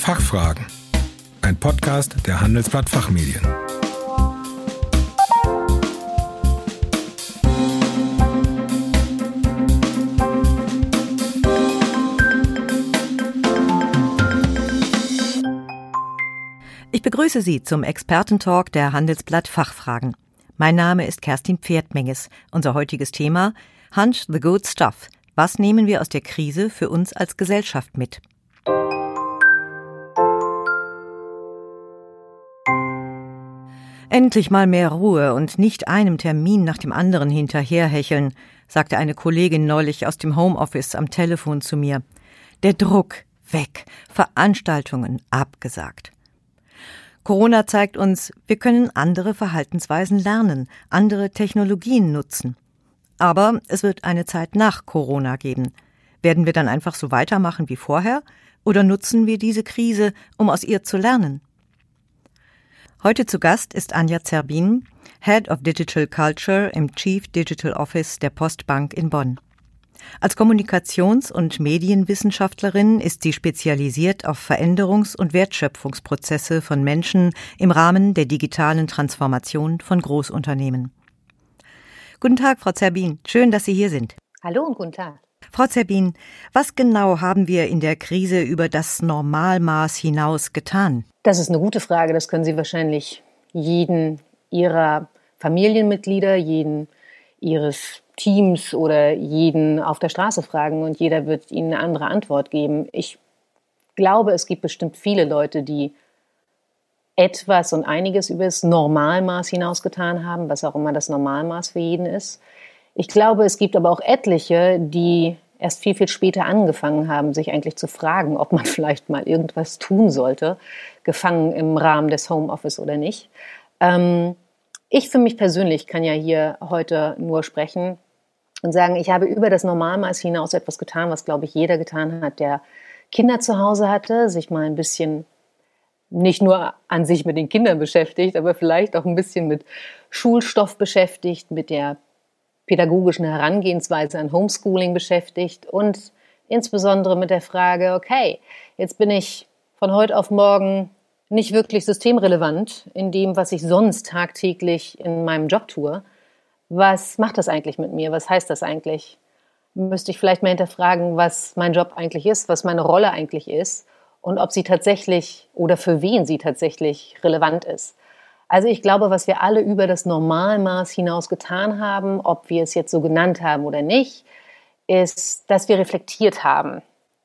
Fachfragen, ein Podcast der Handelsblatt Fachmedien. Ich begrüße Sie zum Expertentalk der Handelsblatt Fachfragen. Mein Name ist Kerstin Pferdmenges. Unser heutiges Thema: Hunch the good stuff. Was nehmen wir aus der Krise für uns als Gesellschaft mit? Endlich mal mehr Ruhe und nicht einem Termin nach dem anderen hinterherhecheln, sagte eine Kollegin neulich aus dem Homeoffice am Telefon zu mir. Der Druck weg, Veranstaltungen abgesagt. Corona zeigt uns, wir können andere Verhaltensweisen lernen, andere Technologien nutzen. Aber es wird eine Zeit nach Corona geben. Werden wir dann einfach so weitermachen wie vorher? Oder nutzen wir diese Krise, um aus ihr zu lernen? Heute zu Gast ist Anja Zerbin, Head of Digital Culture im Chief Digital Office der Postbank in Bonn. Als Kommunikations- und Medienwissenschaftlerin ist sie spezialisiert auf Veränderungs- und Wertschöpfungsprozesse von Menschen im Rahmen der digitalen Transformation von Großunternehmen. Guten Tag, Frau Zerbin. Schön, dass Sie hier sind. Hallo und guten Tag. Frau Zerbin, was genau haben wir in der Krise über das Normalmaß hinaus getan? Das ist eine gute Frage. Das können Sie wahrscheinlich jeden Ihrer Familienmitglieder, jeden Ihres Teams oder jeden auf der Straße fragen und jeder wird Ihnen eine andere Antwort geben. Ich glaube, es gibt bestimmt viele Leute, die etwas und einiges über das Normalmaß hinaus getan haben, was auch immer das Normalmaß für jeden ist. Ich glaube, es gibt aber auch etliche, die erst viel, viel später angefangen haben, sich eigentlich zu fragen, ob man vielleicht mal irgendwas tun sollte, gefangen im Rahmen des Homeoffice oder nicht. Ich für mich persönlich kann ja hier heute nur sprechen und sagen, ich habe über das Normalmaß hinaus etwas getan, was, glaube ich, jeder getan hat, der Kinder zu Hause hatte, sich mal ein bisschen nicht nur an sich mit den Kindern beschäftigt, aber vielleicht auch ein bisschen mit Schulstoff beschäftigt, mit der pädagogischen Herangehensweise an Homeschooling beschäftigt und insbesondere mit der Frage, okay, jetzt bin ich von heute auf morgen nicht wirklich systemrelevant in dem, was ich sonst tagtäglich in meinem Job tue. Was macht das eigentlich mit mir? Was heißt das eigentlich? Müsste ich vielleicht mal hinterfragen, was mein Job eigentlich ist, was meine Rolle eigentlich ist und ob sie tatsächlich oder für wen sie tatsächlich relevant ist. Also ich glaube, was wir alle über das Normalmaß hinaus getan haben, ob wir es jetzt so genannt haben oder nicht, ist, dass wir reflektiert haben,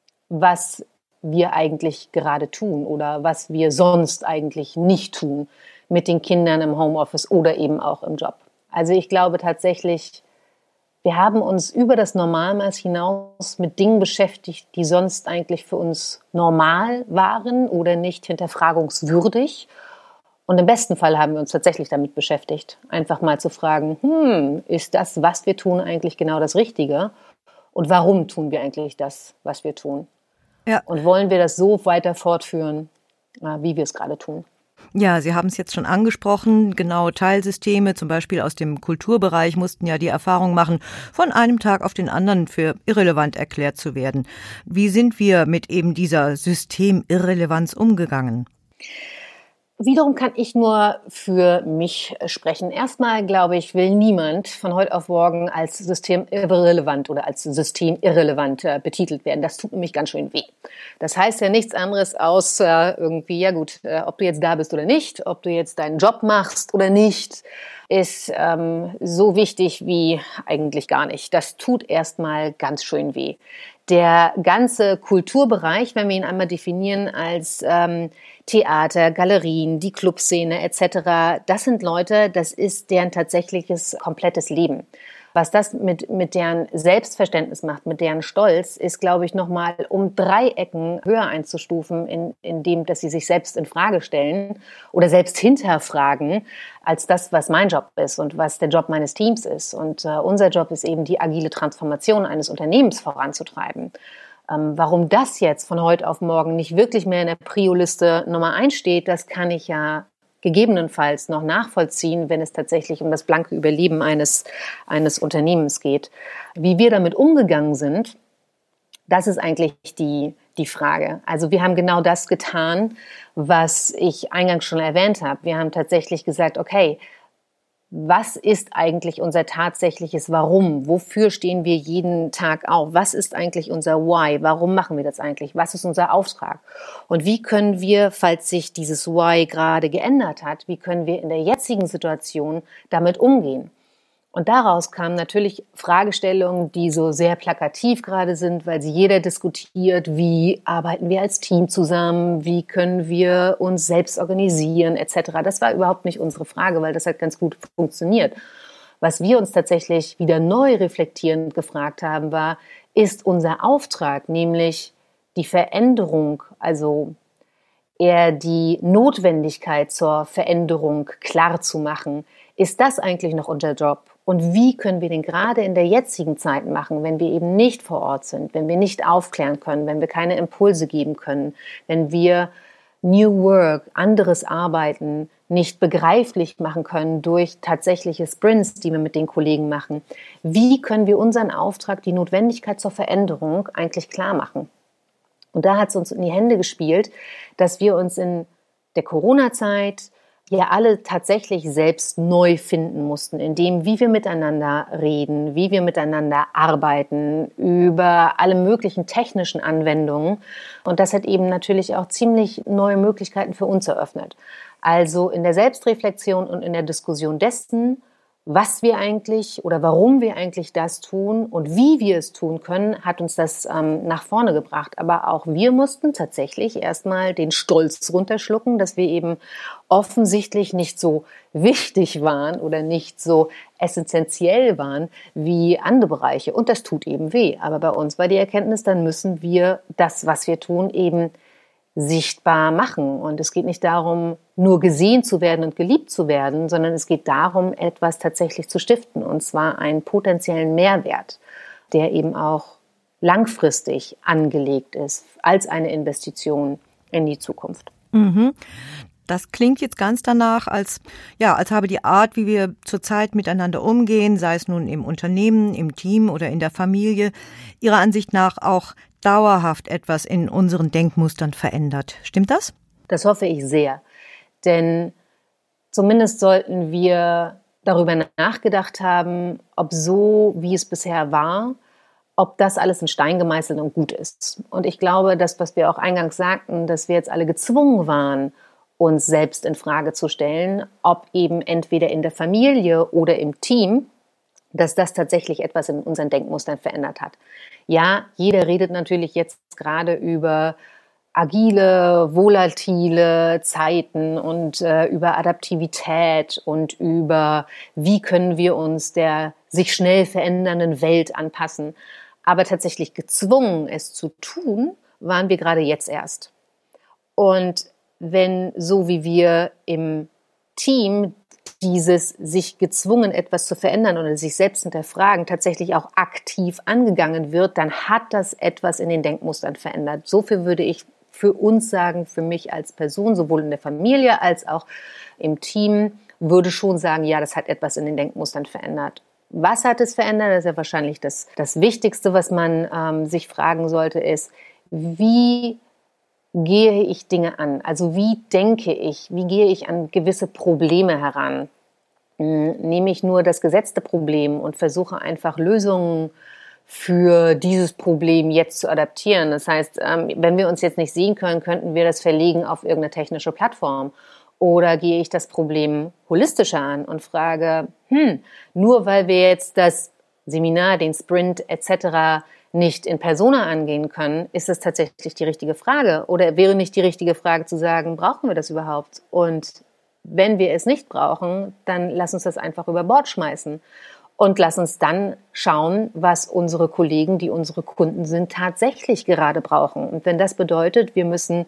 was wir eigentlich gerade tun oder was wir sonst eigentlich nicht tun mit den Kindern im Homeoffice oder eben auch im Job. Also ich glaube tatsächlich, wir haben uns über das Normalmaß hinaus mit Dingen beschäftigt, die sonst eigentlich für uns normal waren oder nicht hinterfragungswürdig. Und im besten Fall haben wir uns tatsächlich damit beschäftigt, einfach mal zu fragen, ist das, was wir tun, eigentlich genau das Richtige? Und warum tun wir eigentlich das, was wir tun? Ja. Und wollen wir das so weiter fortführen, wie wir es gerade tun? Ja, Sie haben es jetzt schon angesprochen, genau, Teilsysteme, zum Beispiel aus dem Kulturbereich, mussten ja die Erfahrung machen, von einem Tag auf den anderen für irrelevant erklärt zu werden. Wie sind wir mit eben dieser Systemirrelevanz umgegangen? Wiederum kann ich nur für mich sprechen. Erstmal, glaube ich, will niemand von heute auf morgen als systemirrelevant oder als systemirrelevant betitelt werden. Das tut nämlich ganz schön weh. Das heißt ja nichts anderes außer irgendwie, ja gut, ob du jetzt da bist oder nicht, ob du jetzt deinen Job machst oder nicht, ist so wichtig wie eigentlich gar nicht. Das tut erstmal ganz schön weh. Der ganze Kulturbereich, wenn wir ihn einmal definieren als Theater, Galerien, die Clubszene etc., das sind Leute, das ist deren tatsächliches komplettes Leben. Was das mit deren Selbstverständnis macht, mit deren Stolz, ist, glaube ich, nochmal um 3 Ecken höher einzustufen, in dem, dass sie sich selbst in Frage stellen oder selbst hinterfragen, als das, was mein Job ist und was der Job meines Teams ist. Und unser Job ist eben, die agile Transformation eines Unternehmens voranzutreiben. Warum das jetzt von heute auf morgen nicht wirklich mehr in der Prio-Liste Nummer 1 steht, das kann ich ja gegebenenfalls noch nachvollziehen, wenn es tatsächlich um das blanke Überleben eines Unternehmens geht. Wie wir damit umgegangen sind, das ist eigentlich die die Frage. Also wir haben genau das getan, was ich eingangs schon erwähnt habe. Wir haben tatsächlich gesagt, okay, was ist eigentlich unser tatsächliches Warum? Wofür stehen wir jeden Tag auf? Was ist eigentlich unser Why? Warum machen wir das eigentlich? Was ist unser Auftrag? Und wie können wir, falls sich dieses Why gerade geändert hat, wie können wir in der jetzigen Situation damit umgehen? Und daraus kamen natürlich Fragestellungen, die so sehr plakativ gerade sind, weil sie jeder diskutiert, wie arbeiten wir als Team zusammen, wie können wir uns selbst organisieren etc. Das war überhaupt nicht unsere Frage, weil das hat ganz gut funktioniert. Was wir uns tatsächlich wieder neu reflektierend gefragt haben, war, ist unser Auftrag, nämlich die Veränderung, also eher die Notwendigkeit zur Veränderung klar zu machen, ist das eigentlich noch unser Job? Und wie können wir den gerade in der jetzigen Zeit machen, wenn wir eben nicht vor Ort sind, wenn wir nicht aufklären können, wenn wir keine Impulse geben können, wenn wir New Work, anderes Arbeiten nicht begreiflich machen können durch tatsächliche Sprints, die wir mit den Kollegen machen? Wie können wir unseren Auftrag, die Notwendigkeit zur Veränderung eigentlich klar machen? Und da hat es uns in die Hände gespielt, dass wir uns in der Corona-Zeit ja alle tatsächlich selbst neu finden mussten, in dem, wie wir miteinander reden, wie wir miteinander arbeiten, über alle möglichen technischen Anwendungen. Und das hat eben natürlich auch ziemlich neue Möglichkeiten für uns eröffnet. Also in der Selbstreflexion und in der Diskussion dessen, was wir eigentlich oder warum wir eigentlich das tun und wie wir es tun können, hat uns das nach vorne gebracht. Aber auch wir mussten tatsächlich erstmal den Stolz runterschlucken, dass wir eben offensichtlich nicht so wichtig waren oder nicht so essentiell waren wie andere Bereiche. Und das tut eben weh. Aber bei uns war die Erkenntnis, dann müssen wir das, was wir tun, eben sichtbar machen. Und es geht nicht darum, nur gesehen zu werden und geliebt zu werden, sondern es geht darum, etwas tatsächlich zu stiften. Und zwar einen potenziellen Mehrwert, der eben auch langfristig angelegt ist, als eine Investition in die Zukunft. Mhm. Das klingt jetzt ganz danach, als habe die Art, wie wir zurzeit miteinander umgehen, sei es nun im Unternehmen, im Team oder in der Familie, Ihrer Ansicht nach auch dauerhaft etwas in unseren Denkmustern verändert. Stimmt das? Das hoffe ich sehr. Denn zumindest sollten wir darüber nachgedacht haben, ob so, wie es bisher war, ob das alles in Stein gemeißelt und gut ist. Und ich glaube, das, was wir auch eingangs sagten, dass wir jetzt alle gezwungen waren, uns selbst in Frage zu stellen, ob eben entweder in der Familie oder im Team, dass das tatsächlich etwas in unseren Denkmustern verändert hat. Ja, jeder redet natürlich jetzt gerade über agile, volatile Zeiten und über Adaptivität und über, wie können wir uns der sich schnell verändernden Welt anpassen. Aber tatsächlich gezwungen, es zu tun, waren wir gerade jetzt erst. Und wenn, so wie wir im Team dieses sich gezwungen, etwas zu verändern oder sich selbst hinterfragen, tatsächlich auch aktiv angegangen wird, dann hat das etwas in den Denkmustern verändert. So viel würde ich für uns sagen, für mich als Person, sowohl in der Familie als auch im Team, würde schon sagen, ja, das hat etwas in den Denkmustern verändert. Was hat es verändert? Das ist ja wahrscheinlich das Wichtigste, was man sich fragen sollte, ist, wie gehe ich Dinge an? Also wie denke ich? Wie gehe ich an gewisse Probleme heran? Nehme ich nur das gesetzte Problem und versuche einfach Lösungen für dieses Problem jetzt zu adaptieren. Das heißt, wenn wir uns jetzt nicht sehen können, könnten wir das verlegen auf irgendeine technische Plattform. Oder gehe ich das Problem holistischer an und frage, nur weil wir jetzt das Seminar, den Sprint etc. nicht in Persona angehen können, ist es tatsächlich die richtige Frage? Oder wäre nicht die richtige Frage zu sagen, brauchen wir das überhaupt? Und wenn wir es nicht brauchen, dann lass uns das einfach über Bord schmeißen. Und lass uns dann schauen, was unsere Kollegen, die unsere Kunden sind, tatsächlich gerade brauchen. Und wenn das bedeutet, wir müssen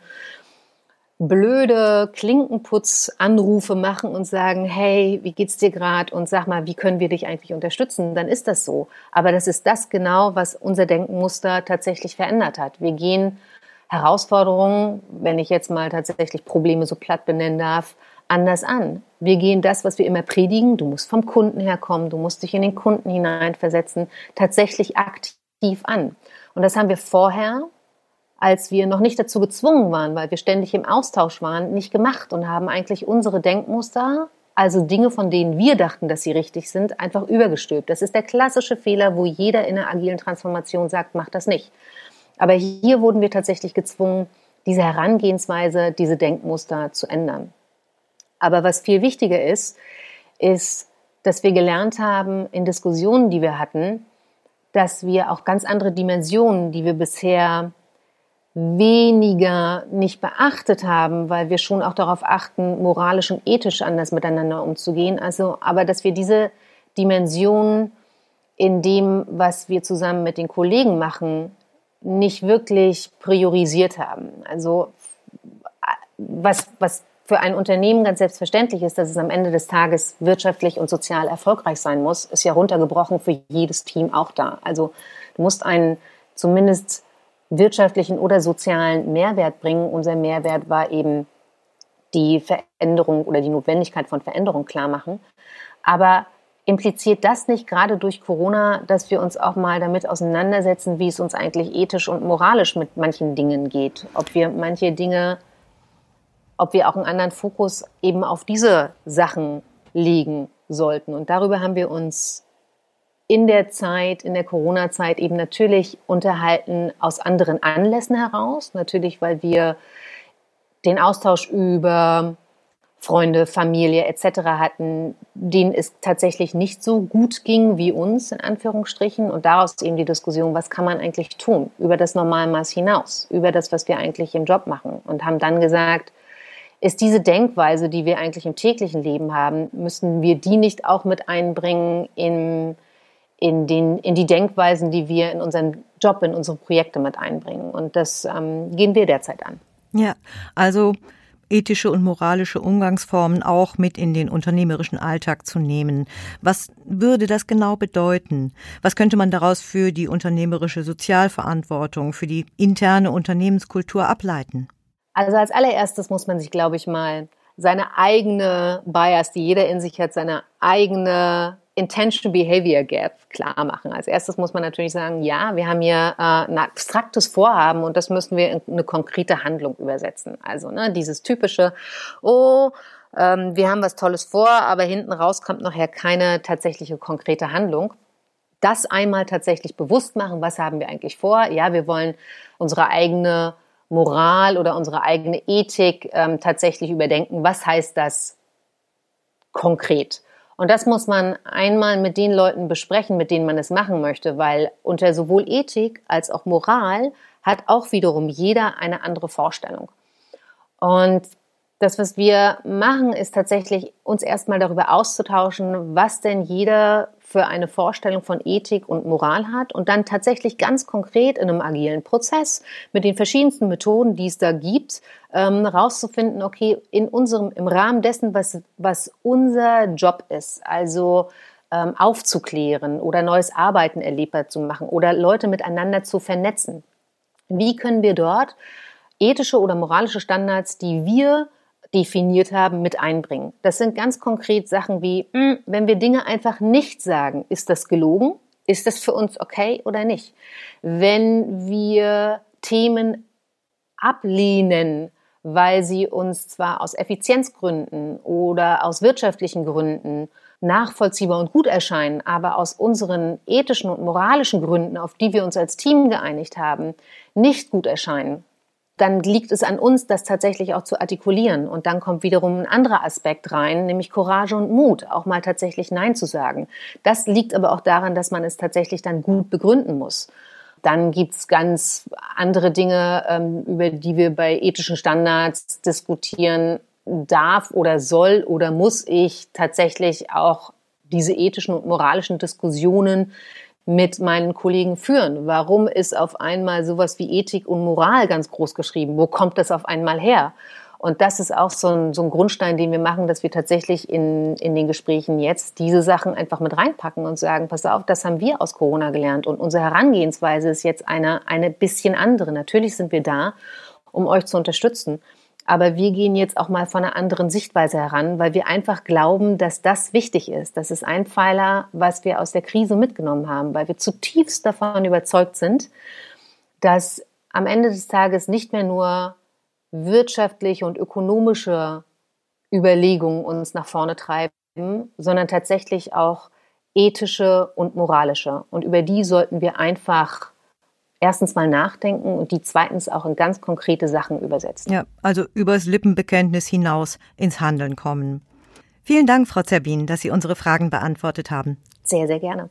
blöde Klinkenputz-Anrufe machen und sagen, hey, wie geht's dir gerade? Und sag mal, wie können wir dich eigentlich unterstützen? Dann ist das so. Aber das ist das genau, was unser Denkmuster tatsächlich verändert hat. Wir gehen Herausforderungen, wenn ich jetzt mal tatsächlich Probleme so platt benennen darf, anders an. Wir gehen das, was wir immer predigen, du musst vom Kunden herkommen, du musst dich in den Kunden hineinversetzen, tatsächlich aktiv an. Und das haben wir vorher als wir noch nicht dazu gezwungen waren, weil wir ständig im Austausch waren, nicht gemacht und haben eigentlich unsere Denkmuster, also Dinge, von denen wir dachten, dass sie richtig sind, einfach übergestülpt. Das ist der klassische Fehler, wo jeder in einer agilen Transformation sagt, mach das nicht. Aber hier wurden wir tatsächlich gezwungen, diese Herangehensweise, diese Denkmuster zu ändern. Aber was viel wichtiger ist, dass wir gelernt haben in Diskussionen, die wir hatten, dass wir auch ganz andere Dimensionen, die wir bisher weniger nicht beachtet haben, weil wir schon auch darauf achten, moralisch und ethisch anders miteinander umzugehen. Also, aber dass wir diese Dimension in dem, was wir zusammen mit den Kollegen machen, nicht wirklich priorisiert haben. Also, was für ein Unternehmen ganz selbstverständlich ist, dass es am Ende des Tages wirtschaftlich und sozial erfolgreich sein muss, ist ja runtergebrochen für jedes Team auch da. Also, du musst einen zumindest wirtschaftlichen oder sozialen Mehrwert bringen. Unser Mehrwert war eben die Veränderung oder die Notwendigkeit von Veränderung klar machen. Aber impliziert das nicht gerade durch Corona, dass wir uns auch mal damit auseinandersetzen, wie es uns eigentlich ethisch und moralisch mit manchen Dingen geht? Ob wir auch einen anderen Fokus eben auf diese Sachen legen sollten. Und darüber haben wir uns in der Corona-Zeit eben natürlich unterhalten aus anderen Anlässen heraus. Natürlich, weil wir den Austausch über Freunde, Familie etc. hatten, denen es tatsächlich nicht so gut ging wie uns, in Anführungsstrichen. Und daraus eben die Diskussion, was kann man eigentlich tun über das Normalmaß hinaus, über das, was wir eigentlich im Job machen. Und haben dann gesagt, ist diese Denkweise, die wir eigentlich im täglichen Leben haben, müssen wir die nicht auch mit einbringen in die Denkweisen, die wir in unseren Job, in unsere Projekte mit einbringen. Und das gehen wir derzeit an. Ja, also ethische und moralische Umgangsformen auch mit in den unternehmerischen Alltag zu nehmen. Was würde das genau bedeuten? Was könnte man daraus für die unternehmerische Sozialverantwortung, für die interne Unternehmenskultur ableiten? Also als allererstes muss man sich, glaube ich, mal seine eigene Bias, die jeder in sich hat, seine eigene Intention-Behavior Gap klar machen. Als erstes muss man natürlich sagen, ja, wir haben hier ein abstraktes Vorhaben und das müssen wir in eine konkrete Handlung übersetzen. Also dieses typische, wir haben was Tolles vor, aber hinten raus kommt nachher keine tatsächliche konkrete Handlung. Das einmal tatsächlich bewusst machen, was haben wir eigentlich vor? Ja, wir wollen unsere eigene Moral oder unsere eigene Ethik tatsächlich überdenken. Was heißt das konkret? Und das muss man einmal mit den Leuten besprechen, mit denen man es machen möchte, weil unter sowohl Ethik als auch Moral hat auch wiederum jeder eine andere Vorstellung. Und das, was wir machen, ist tatsächlich uns erstmal darüber auszutauschen, was denn jeder für eine Vorstellung von Ethik und Moral hat und dann tatsächlich ganz konkret in einem agilen Prozess mit den verschiedensten Methoden, die es da gibt, rauszufinden, okay, im Rahmen dessen, was unser Job ist, also aufzuklären oder neues Arbeiten erlebbar zu machen oder Leute miteinander zu vernetzen. Wie können wir dort ethische oder moralische Standards, die wir definiert haben, mit einbringen? Das sind ganz konkret Sachen wie, wenn wir Dinge einfach nicht sagen, ist das gelogen? Ist das für uns okay oder nicht? Wenn wir Themen ablehnen, weil sie uns zwar aus Effizienzgründen oder aus wirtschaftlichen Gründen nachvollziehbar und gut erscheinen, aber aus unseren ethischen und moralischen Gründen, auf die wir uns als Team geeinigt haben, nicht gut erscheinen, dann liegt es an uns, das tatsächlich auch zu artikulieren. Und dann kommt wiederum ein anderer Aspekt rein, nämlich Courage und Mut, auch mal tatsächlich Nein zu sagen. Das liegt aber auch daran, dass man es tatsächlich dann gut begründen muss. Dann gibt's ganz andere Dinge, über die wir bei ethischen Standards diskutieren. Darf oder soll oder muss ich tatsächlich auch diese ethischen und moralischen Diskussionen mit meinen Kollegen führen? Warum ist auf einmal sowas wie Ethik und Moral ganz groß geschrieben? Wo kommt das auf einmal her? Und das ist auch so ein Grundstein, den wir machen, dass wir tatsächlich in den Gesprächen jetzt diese Sachen einfach mit reinpacken und sagen, pass auf, das haben wir aus Corona gelernt und unsere Herangehensweise ist jetzt eine bisschen andere. Natürlich sind wir da, um euch zu unterstützen. Aber wir gehen jetzt auch mal von einer anderen Sichtweise heran, weil wir einfach glauben, dass das wichtig ist. Das ist ein Pfeiler, was wir aus der Krise mitgenommen haben, weil wir zutiefst davon überzeugt sind, dass am Ende des Tages nicht mehr nur wirtschaftliche und ökonomische Überlegungen uns nach vorne treiben, sondern tatsächlich auch ethische und moralische. Und über die sollten wir einfach erstens mal nachdenken und die zweitens auch in ganz konkrete Sachen übersetzen. Ja, also übers Lippenbekenntnis hinaus ins Handeln kommen. Vielen Dank, Frau Zerbin, dass Sie unsere Fragen beantwortet haben. Sehr, sehr gerne.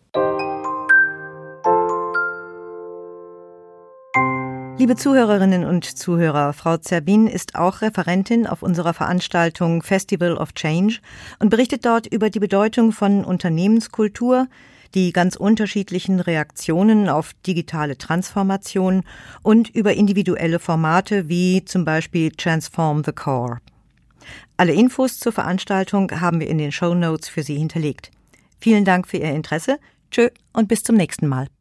Liebe Zuhörerinnen und Zuhörer, Frau Zerbin ist auch Referentin auf unserer Veranstaltung Festival of Change und berichtet dort über die Bedeutung von Unternehmenskultur, die ganz unterschiedlichen Reaktionen auf digitale Transformation und über individuelle Formate wie zum Beispiel Transform the Core. Alle Infos zur Veranstaltung haben wir in den Shownotes für Sie hinterlegt. Vielen Dank für Ihr Interesse. Tschö und bis zum nächsten Mal.